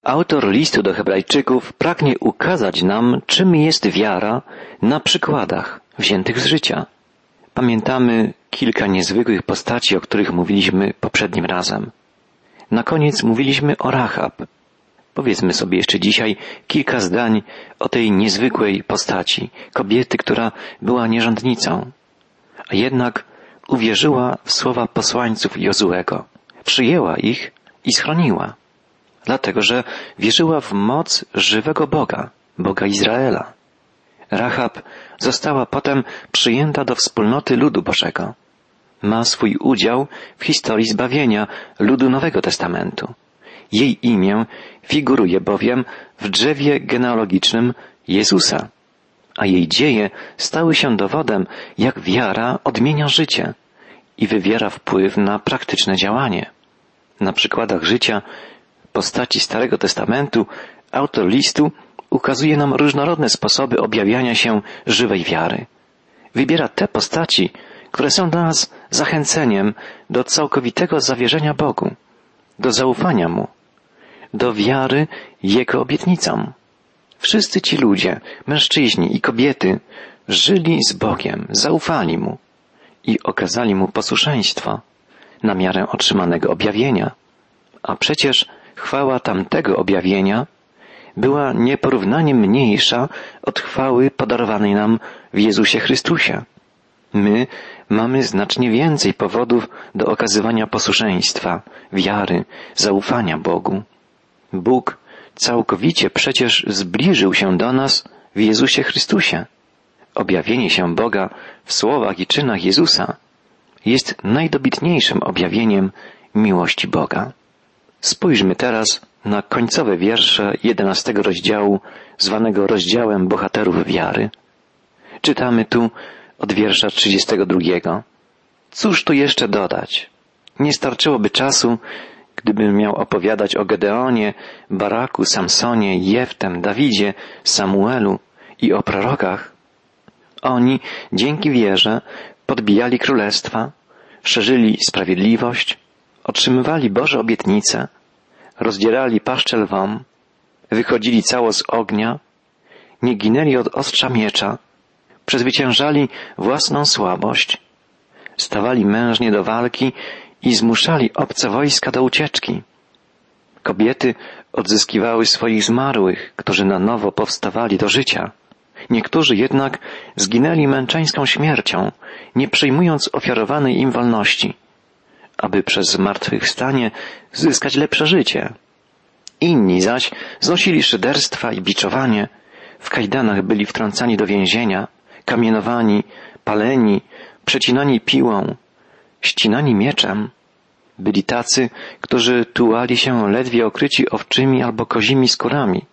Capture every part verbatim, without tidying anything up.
Autor listu do Hebrajczyków pragnie ukazać nam, czym jest wiara na przykładach wziętych z życia. Pamiętamy kilka niezwykłych postaci, o których mówiliśmy poprzednim razem. Na koniec mówiliśmy o Rahab. Powiedzmy sobie jeszcze dzisiaj kilka zdań o tej niezwykłej postaci, kobiety, która była nierządnicą, a jednak uwierzyła w słowa posłańców Jozuego. Przyjęła ich i schroniła, dlatego że wierzyła w moc żywego Boga, Boga Izraela. Rahab została potem przyjęta do wspólnoty ludu Bożego. Ma swój udział w historii zbawienia ludu Nowego Testamentu. Jej imię figuruje bowiem w drzewie genealogicznym Jezusa, a jej dzieje stały się dowodem, jak wiara odmienia życie i wywiera wpływ na praktyczne działanie. Na przykładach życia postaci Starego Testamentu autor listu ukazuje nam różnorodne sposoby objawiania się żywej wiary. Wybiera te postaci, które są dla nas zachęceniem do całkowitego zawierzenia Bogu, do zaufania Mu, do wiary Jego obietnicom. Wszyscy ci ludzie, mężczyźni i kobiety, żyli z Bogiem, zaufali Mu i okazali Mu posłuszeństwo na miarę otrzymanego objawienia. A przecież chwała tamtego objawienia była nieporównanie mniejsza od chwały podarowanej nam w Jezusie Chrystusie. My mamy znacznie więcej powodów do okazywania posłuszeństwa, wiary, zaufania Bogu. Bóg całkowicie przecież zbliżył się do nas w Jezusie Chrystusie. Objawienie się Boga w słowach i czynach Jezusa jest najdobitniejszym objawieniem miłości Boga. Spójrzmy teraz na końcowe wiersze jedenastego rozdziału, zwanego rozdziałem bohaterów wiary. Czytamy tu od wiersza trzydziestego drugiego. Cóż tu jeszcze dodać? Nie starczyłoby czasu, gdybym miał opowiadać o Gedeonie, Baraku, Samsonie, Jeftem, Dawidzie, Samuelu i o prorokach. Oni dzięki wierze podbijali królestwa, szerzyli sprawiedliwość, otrzymywali Boże obietnice, rozdzierali paszczę lwom, wychodzili cało z ognia, nie ginęli od ostrza miecza, przezwyciężali własną słabość, stawali mężnie do walki i zmuszali obce wojska do ucieczki. Kobiety odzyskiwały swoich zmarłych, którzy na nowo powstawali do życia. Niektórzy jednak zginęli męczeńską śmiercią, nie przyjmując ofiarowanej im wolności, aby przez zmartwychwstanie zyskać lepsze życie. Inni zaś znosili szyderstwa i biczowanie, w kajdanach byli wtrącani do więzienia, kamienowani, paleni, przecinani piłą, ścinani mieczem. Byli tacy, którzy tułali się ledwie okryci owczymi albo kozimi skórami.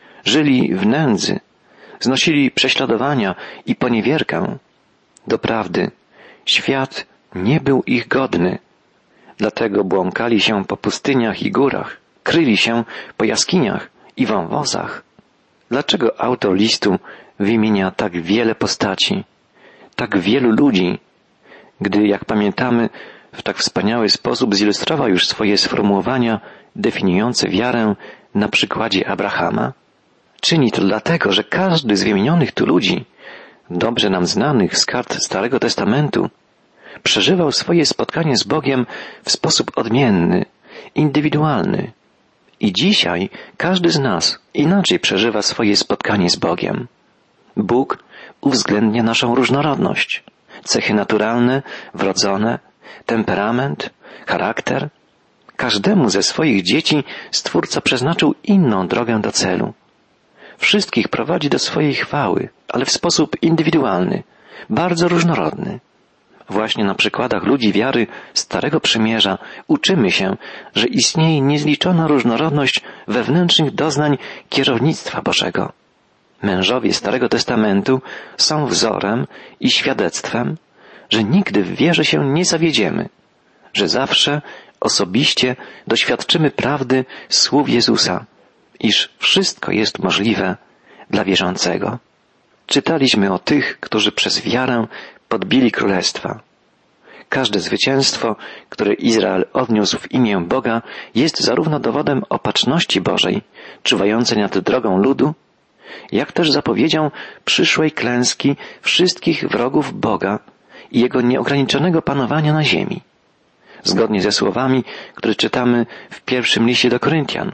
Żyli w nędzy, znosili prześladowania i poniewierkę. Doprawdy, świat nie był ich godny. Dlatego błąkali się po pustyniach i górach, kryli się po jaskiniach i wąwozach. Dlaczego autor listu wymienia tak wiele postaci, tak wielu ludzi, gdy, jak pamiętamy, w tak wspaniały sposób zilustrował już swoje sformułowania definiujące wiarę na przykładzie Abrahama? Czyni to dlatego, że każdy z wymienionych tu ludzi, dobrze nam znanych z kart Starego Testamentu, przeżywał swoje spotkanie z Bogiem w sposób odmienny, indywidualny. I dzisiaj każdy z nas inaczej przeżywa swoje spotkanie z Bogiem. Bóg uwzględnia naszą różnorodność, cechy naturalne, wrodzone, temperament, charakter. Każdemu ze swoich dzieci Stwórca przeznaczył inną drogę do celu. Wszystkich prowadzi do swojej chwały, ale w sposób indywidualny, bardzo różnorodny. Właśnie na przykładach ludzi wiary Starego Przymierza uczymy się, że istnieje niezliczona różnorodność wewnętrznych doznań kierownictwa Bożego. Mężowie Starego Testamentu są wzorem i świadectwem, że nigdy w wierze się nie zawiedziemy, że zawsze osobiście doświadczymy prawdy słów Jezusa, iż wszystko jest możliwe dla wierzącego. Czytaliśmy o tych, którzy przez wiarę podbili królestwa. Każde zwycięstwo, które Izrael odniósł w imię Boga, jest zarówno dowodem opatrzności Bożej, czuwającej nad drogą ludu, jak też zapowiedzią przyszłej klęski wszystkich wrogów Boga i Jego nieograniczonego panowania na ziemi. Zgodnie ze słowami, które czytamy w pierwszym liście do Koryntian.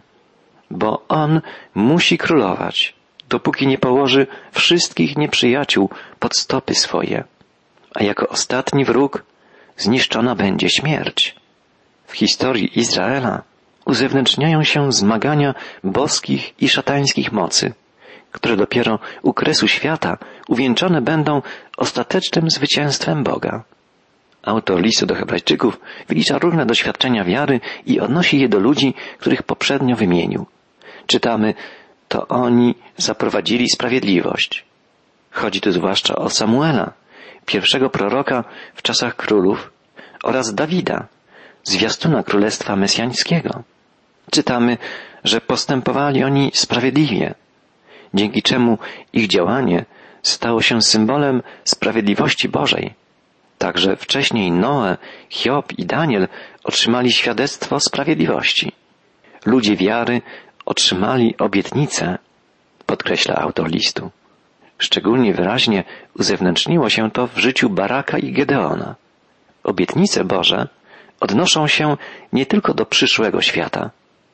Bo On musi królować, dopóki nie położy wszystkich nieprzyjaciół pod stopy swoje, a jako ostatni wróg zniszczona będzie śmierć. W historii Izraela uzewnętrzniają się zmagania boskich i szatańskich mocy, które dopiero u kresu świata uwieńczone będą ostatecznym zwycięstwem Boga. Autor listu do Hebrajczyków wylicza różne doświadczenia wiary i odnosi je do ludzi, których poprzednio wymienił. Czytamy, to oni zaprowadzili sprawiedliwość. Chodzi tu zwłaszcza o Samuela, pierwszego proroka w czasach królów, oraz Dawida, zwiastuna królestwa mesjańskiego. Czytamy, że postępowali oni sprawiedliwie, dzięki czemu ich działanie stało się symbolem sprawiedliwości Bożej. Także wcześniej Noe, Hiob i Daniel otrzymali świadectwo sprawiedliwości. Ludzie wiary otrzymali obietnicę, podkreśla autor listu. Szczególnie wyraźnie uzewnętrzniło się to w życiu Baraka i Gedeona. Obietnice Boże odnoszą się nie tylko do przyszłego świata.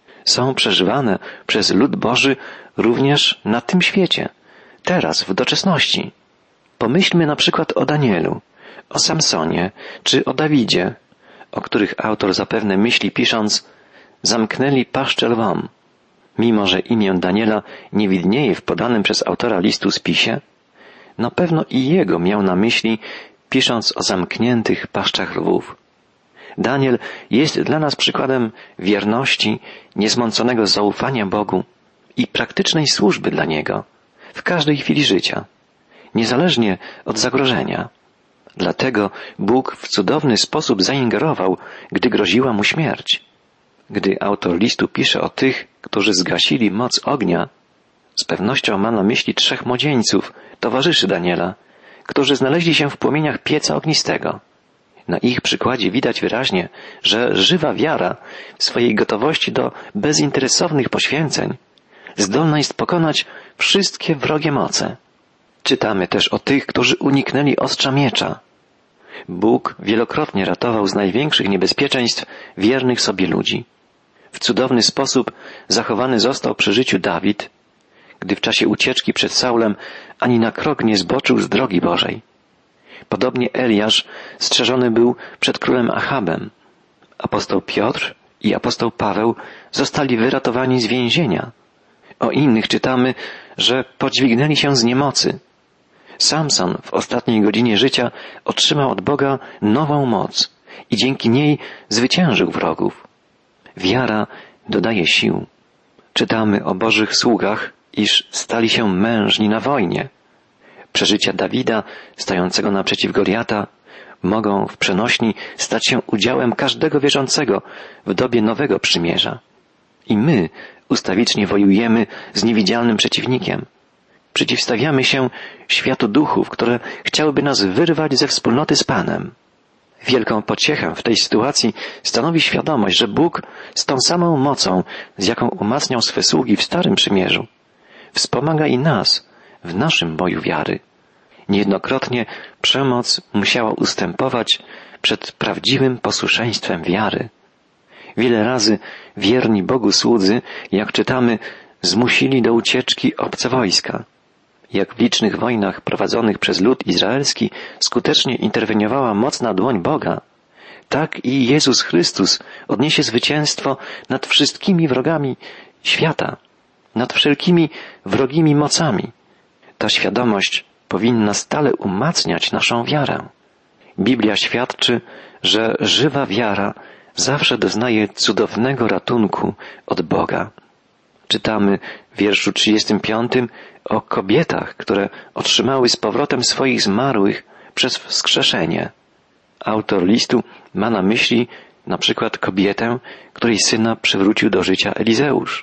Są przeżywane przez lud Boży również na tym świecie, teraz, w doczesności. Pomyślmy na przykład o Danielu, o Samsonie czy o Dawidzie, o których autor zapewne myśli pisząc zamknęli paszczę lwom. Mimo że imię Daniela nie widnieje w podanym przez autora listu spisie, na pewno i jego miał na myśli, pisząc o zamkniętych paszczach lwów. Daniel jest dla nas przykładem wierności, niezmąconego zaufania Bogu i praktycznej służby dla Niego w każdej chwili życia, niezależnie od zagrożenia. Dlatego Bóg w cudowny sposób zaingerował, gdy groziła mu śmierć. Gdy autor listu pisze o tych, którzy zgasili moc ognia, z pewnością ma na myśli trzech młodzieńców, towarzyszy Daniela, którzy znaleźli się w płomieniach pieca ognistego. Na ich przykładzie widać wyraźnie, że żywa wiara w swojej gotowości do bezinteresownych poświęceń zdolna jest pokonać wszystkie wrogie moce. Czytamy też o tych, którzy uniknęli ostrza miecza. Bóg wielokrotnie ratował z największych niebezpieczeństw wiernych sobie ludzi. W cudowny sposób zachowany został przy życiu Dawid, gdy w czasie ucieczki przed Saulem ani na krok nie zboczył z drogi Bożej. Podobnie Eliasz strzeżony był przed królem Achabem. Apostoł Piotr i apostoł Paweł zostali wyratowani z więzienia. O innych czytamy, że podźwignęli się z niemocy. Samson w ostatniej godzinie życia otrzymał od Boga nową moc i dzięki niej zwyciężył wrogów. Wiara dodaje sił. Czytamy o Bożych sługach, iż stali się mężni na wojnie. Przeżycia Dawida, stojącego naprzeciw Goliata, mogą w przenośni stać się udziałem każdego wierzącego w dobie nowego przymierza. I my ustawicznie wojujemy z niewidzialnym przeciwnikiem. Przeciwstawiamy się światu duchów, które chciałyby nas wyrwać ze wspólnoty z Panem. Wielką pociechę w tej sytuacji stanowi świadomość, że Bóg z tą samą mocą, z jaką umacniał swe sługi w Starym Przymierzu, wspomaga i nas w naszym boju wiary. Niejednokrotnie przemoc musiała ustępować przed prawdziwym posłuszeństwem wiary. Wiele razy wierni Bogu słudzy, jak czytamy, zmusili do ucieczki obce wojska. Jak w licznych wojnach prowadzonych przez lud izraelski skutecznie interweniowała mocna dłoń Boga, tak i Jezus Chrystus odniesie zwycięstwo nad wszystkimi wrogami świata, nad wszelkimi wrogimi mocami. Ta świadomość powinna stale umacniać naszą wiarę. Biblia świadczy, że żywa wiara zawsze doznaje cudownego ratunku od Boga. Czytamy w wierszu trzydziestym piątym o kobietach, które otrzymały z powrotem swoich zmarłych przez wskrzeszenie. Autor listu ma na myśli na przykład kobietę, której syna przywrócił do życia Elizeusz.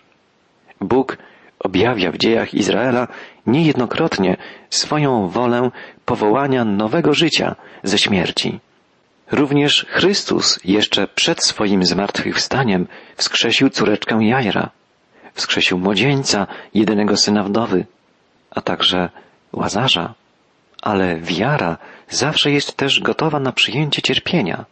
Bóg objawia w dziejach Izraela niejednokrotnie swoją wolę powołania nowego życia ze śmierci. Również Chrystus jeszcze przed swoim zmartwychwstaniem wskrzesił córeczkę Jaira, wskrzesił młodzieńca, jedynego syna wdowy, a także Łazarza. Ale wiara zawsze jest też gotowa na przyjęcie cierpienia.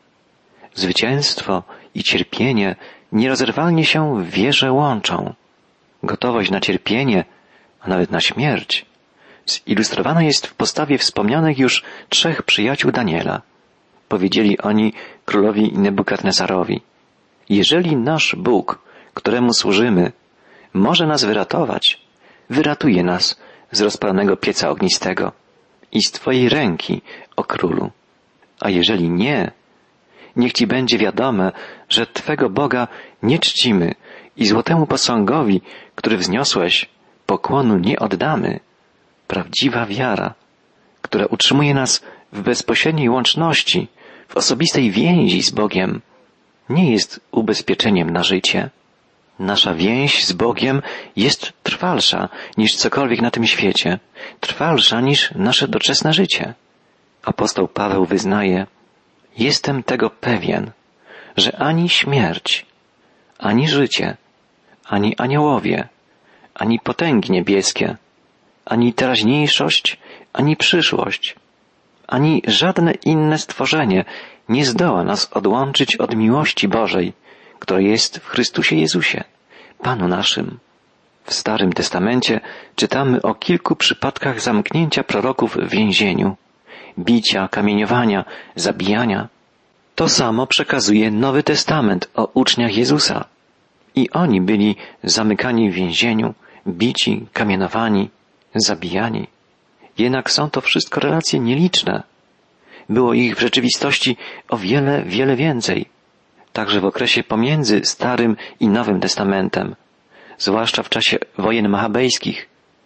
Zwycięstwo i cierpienie nierozerwalnie się w wierze łączą. Gotowość na cierpienie, a nawet na śmierć, zilustrowana jest w postawie wspomnianych już trzech przyjaciół Daniela. Powiedzieli oni królowi Nebukadnezarowi: jeżeli nasz Bóg, któremu służymy, może nas wyratować, wyratuje nas z rozpalonego pieca ognistego i z Twojej ręki, o królu. A jeżeli nie, niech Ci będzie wiadome, że Twego Boga nie czcimy i złotemu posągowi, który wzniosłeś, pokłonu nie oddamy. Prawdziwa wiara, która utrzymuje nas w bezpośredniej łączności, w osobistej więzi z Bogiem, nie jest ubezpieczeniem na życie. Nasza więź z Bogiem jest trwalsza niż cokolwiek na tym świecie, trwalsza niż nasze doczesne życie. Apostoł Paweł wyznaje: jestem tego pewien, że ani śmierć, ani życie, ani aniołowie, ani potęgi niebieskie, ani teraźniejszość, ani przyszłość, ani żadne inne stworzenie nie zdoła nas odłączyć od miłości Bożej, która jest w Chrystusie Jezusie, Panu naszym. W Starym Testamencie czytamy o kilku przypadkach zamknięcia proroków w więzieniu, bicia, kamieniowania, zabijania. To samo przekazuje Nowy Testament o uczniach Jezusa. I oni byli zamykani w więzieniu, bici, kamienowani, zabijani. Jednak są to wszystko relacje nieliczne. Było ich w rzeczywistości o wiele, wiele więcej. Także w okresie pomiędzy Starym i Nowym Testamentem, zwłaszcza w czasie wojen machabejskich,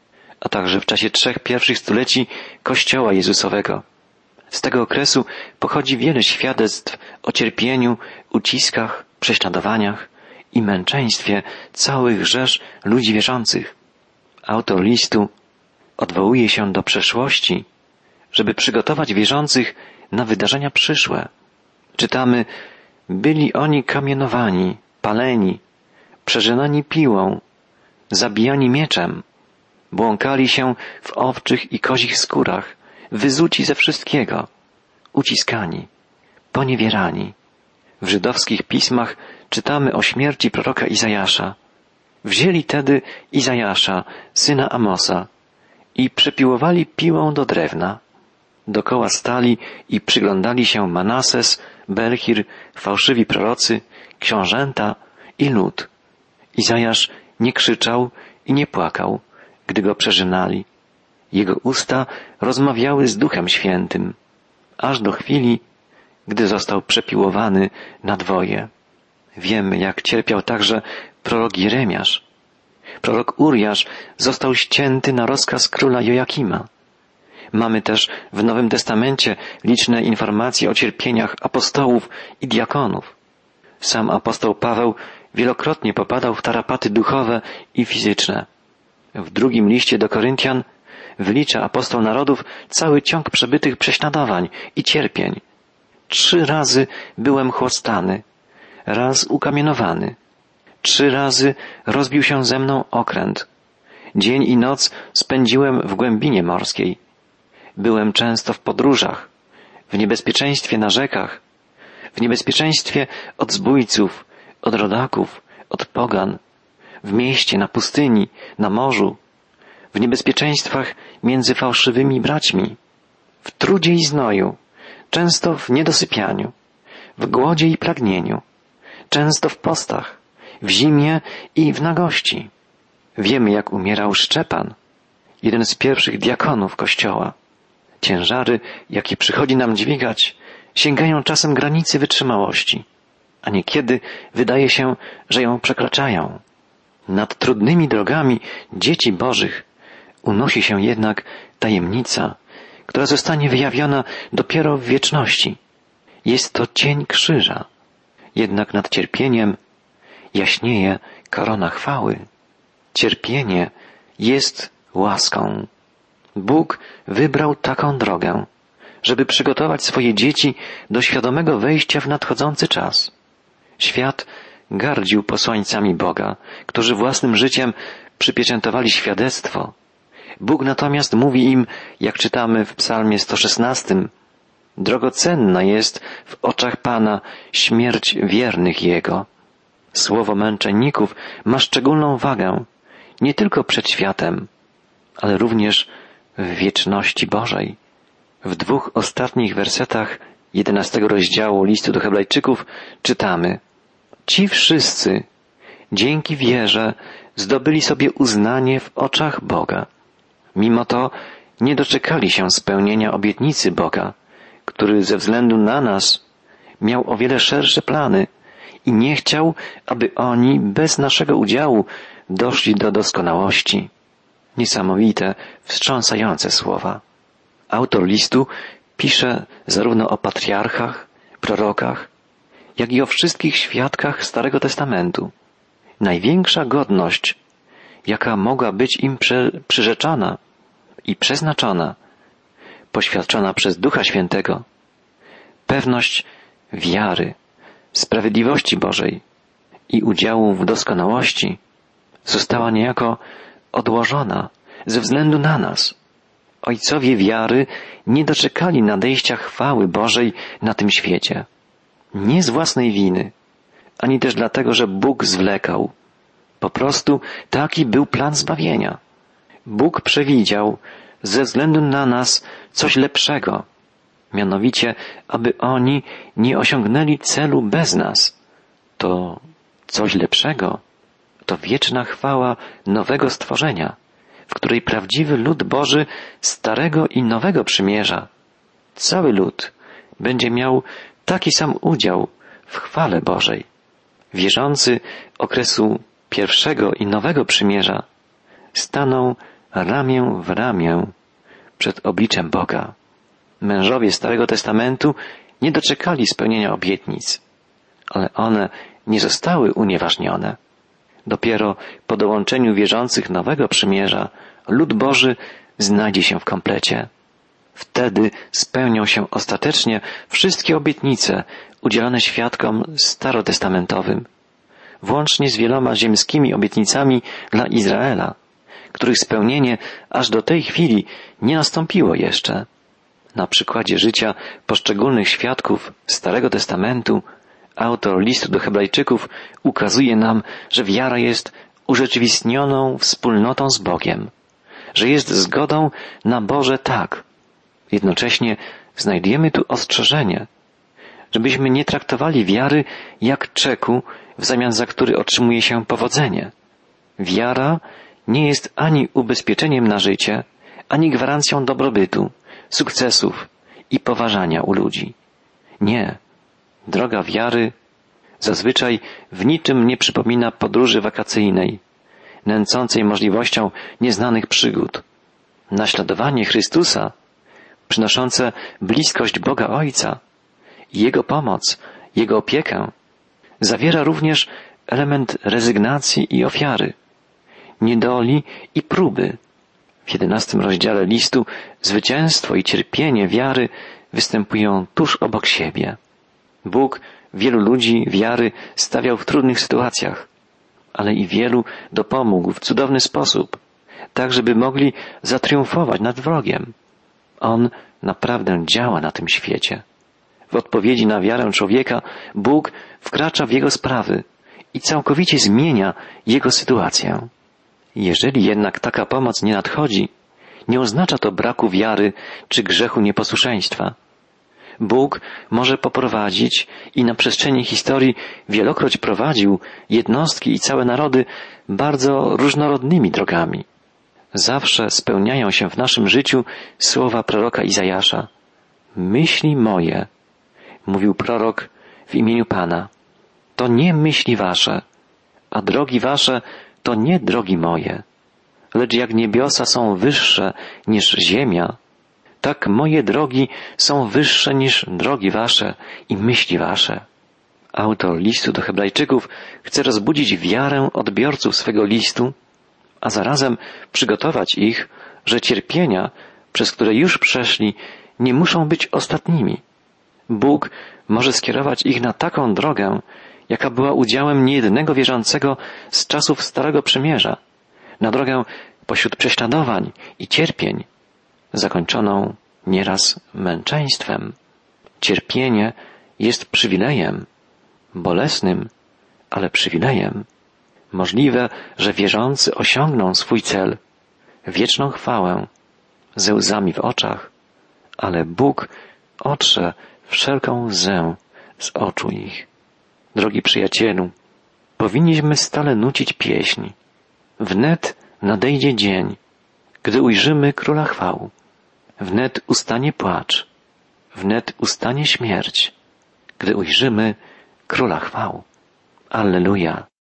a także w czasie trzech pierwszych stuleci Kościoła Jezusowego. Z tego okresu pochodzi wiele świadectw o cierpieniu, uciskach, prześladowaniach i męczeństwie całych rzesz ludzi wierzących. Autor listu odwołuje się do przeszłości, żeby przygotować wierzących na wydarzenia przyszłe. Czytamy: byli oni kamienowani, paleni, przeżynani piłą, zabijani mieczem, błąkali się w owczych i kozich skórach, wyzuci ze wszystkiego, uciskani, poniewierani. W żydowskich pismach czytamy o śmierci proroka Izajasza. Wzięli tedy Izajasza, syna Amosa, i przepiłowali piłą do drewna. Dokoła stali i przyglądali się Manases, Belchir, fałszywi prorocy, książęta i lud. Izajasz nie krzyczał i nie płakał, gdy go przeżynali. Jego usta rozmawiały z Duchem Świętym, aż do chwili, gdy został przepiłowany na dwoje. Wiemy, jak cierpiał także prorok Jeremiasz. Prorok Uriasz został ścięty na rozkaz króla Joakima. Mamy też w Nowym Testamencie liczne informacje o cierpieniach apostołów i diakonów. Sam apostoł Paweł wielokrotnie popadał w tarapaty duchowe i fizyczne. W drugim liście do Koryntian wylicza apostoł narodów cały ciąg przebytych prześladowań i cierpień. Trzy razy byłem chłostany, raz ukamienowany, trzy razy rozbił się ze mną okręt. Dzień i noc spędziłem w głębinie morskiej. Byłem często w podróżach, w niebezpieczeństwie na rzekach, w niebezpieczeństwie od zbójców, od rodaków, od pogan, w mieście, na pustyni, na morzu, w niebezpieczeństwach między fałszywymi braćmi, w trudzie i znoju, często w niedosypianiu, w głodzie i pragnieniu, często w postach, w zimie i w nagości. Wiemy, jak umierał Szczepan, jeden z pierwszych diakonów Kościoła. Ciężary, jakie przychodzi nam dźwigać, sięgają czasem granicy wytrzymałości, a niekiedy wydaje się, że ją przekraczają. Nad trudnymi drogami dzieci Bożych unosi się jednak tajemnica, która zostanie wyjawiona dopiero w wieczności. Jest to cień krzyża, jednak nad cierpieniem jaśnieje korona chwały. Cierpienie jest łaską. Bóg wybrał taką drogę, żeby przygotować swoje dzieci do świadomego wejścia w nadchodzący czas. Świat gardził posłańcami Boga, którzy własnym życiem przypieczętowali świadectwo. Bóg natomiast mówi im, jak czytamy w Psalmie sto szesnastym, drogocenna jest w oczach Pana śmierć wiernych Jego. Słowo męczenników ma szczególną wagę, nie tylko przed światem, ale również w wieczności Bożej. W dwóch ostatnich wersetach jedenastego rozdziału listu do Hebrajczyków czytamy: Ci wszyscy dzięki wierze zdobyli sobie uznanie w oczach Boga. Mimo to nie doczekali się spełnienia obietnicy Boga, który ze względu na nas miał o wiele szersze plany i nie chciał, aby oni bez naszego udziału doszli do doskonałości. Niesamowite, wstrząsające słowa. Autor listu pisze zarówno o patriarchach, prorokach, jak i o wszystkich świadkach Starego Testamentu. Największa godność, jaka mogła być im przyrzeczona i przeznaczona, poświadczona przez Ducha Świętego, pewność wiary, sprawiedliwości Bożej i udziału w doskonałości, została niejako odłożona ze względu na nas. Ojcowie wiary nie doczekali nadejścia chwały Bożej na tym świecie. Nie z własnej winy, ani też dlatego, że Bóg zwlekał. Po prostu taki był plan zbawienia. Bóg przewidział ze względu na nas coś lepszego, mianowicie, aby oni nie osiągnęli celu bez nas. To coś lepszego to wieczna chwała nowego stworzenia, w której prawdziwy lud Boży Starego i Nowego Przymierza, cały lud, będzie miał taki sam udział w chwale Bożej. Wierzący okresu pierwszego i Nowego Przymierza staną ramię w ramię przed obliczem Boga. Mężowie Starego Testamentu nie doczekali spełnienia obietnic, ale one nie zostały unieważnione. Dopiero po dołączeniu wierzących Nowego Przymierza lud Boży znajdzie się w komplecie. Wtedy spełnią się ostatecznie wszystkie obietnice udzielone świadkom starotestamentowym, włącznie z wieloma ziemskimi obietnicami dla Izraela, których spełnienie aż do tej chwili nie nastąpiło jeszcze. Na przykładzie życia poszczególnych świadków Starego Testamentu autor listu do Hebrajczyków ukazuje nam, że wiara jest urzeczywistnioną wspólnotą z Bogiem, że jest zgodą na Boże tak. Jednocześnie znajdujemy tu ostrzeżenie, żebyśmy nie traktowali wiary jak czeku, w zamian za który otrzymuje się powodzenie. Wiara nie jest ani ubezpieczeniem na życie, ani gwarancją dobrobytu, sukcesów i poważania u ludzi. Nie. Droga wiary zazwyczaj w niczym nie przypomina podróży wakacyjnej, nęcącej możliwością nieznanych przygód. Naśladowanie Chrystusa, przynoszące bliskość Boga Ojca i Jego pomoc, Jego opiekę, zawiera również element rezygnacji i ofiary, niedoli i próby. W jedenastym rozdziale listu zwycięstwo i cierpienie wiary występują tuż obok siebie. Bóg wielu ludzi wiary stawiał w trudnych sytuacjach, ale i wielu dopomógł w cudowny sposób, tak żeby mogli zatriumfować nad wrogiem. On naprawdę działa na tym świecie. W odpowiedzi na wiarę człowieka Bóg wkracza w jego sprawy i całkowicie zmienia jego sytuację. Jeżeli jednak taka pomoc nie nadchodzi, nie oznacza to braku wiary czy grzechu nieposłuszeństwa. Bóg może poprowadzić i na przestrzeni historii wielokroć prowadził jednostki i całe narody bardzo różnorodnymi drogami. Zawsze spełniają się w naszym życiu słowa proroka Izajasza. Myśli moje, mówił prorok w imieniu Pana, to nie myśli wasze, a drogi wasze to nie drogi moje. Lecz jak niebiosa są wyższe niż ziemia, tak moje drogi są wyższe niż drogi wasze i myśli wasze. Autor listu do Hebrajczyków chce rozbudzić wiarę odbiorców swego listu, a zarazem przygotować ich, że cierpienia, przez które już przeszli, nie muszą być ostatnimi. Bóg może skierować ich na taką drogę, jaka była udziałem niejednego wierzącego z czasów Starego Przymierza, na drogę pośród prześladowań i cierpień, zakończoną nieraz męczeństwem. Cierpienie jest przywilejem, bolesnym, ale przywilejem. Możliwe, że wierzący osiągną swój cel, wieczną chwałę, ze łzami w oczach, ale Bóg otrze wszelką łzę z oczu ich. Drogi przyjacielu, powinniśmy stale nucić pieśń. Wnet nadejdzie dzień, gdy ujrzymy Króla chwał. Wnet ustanie płacz, wnet ustanie śmierć, gdy ujrzymy Króla chwał. Alleluja.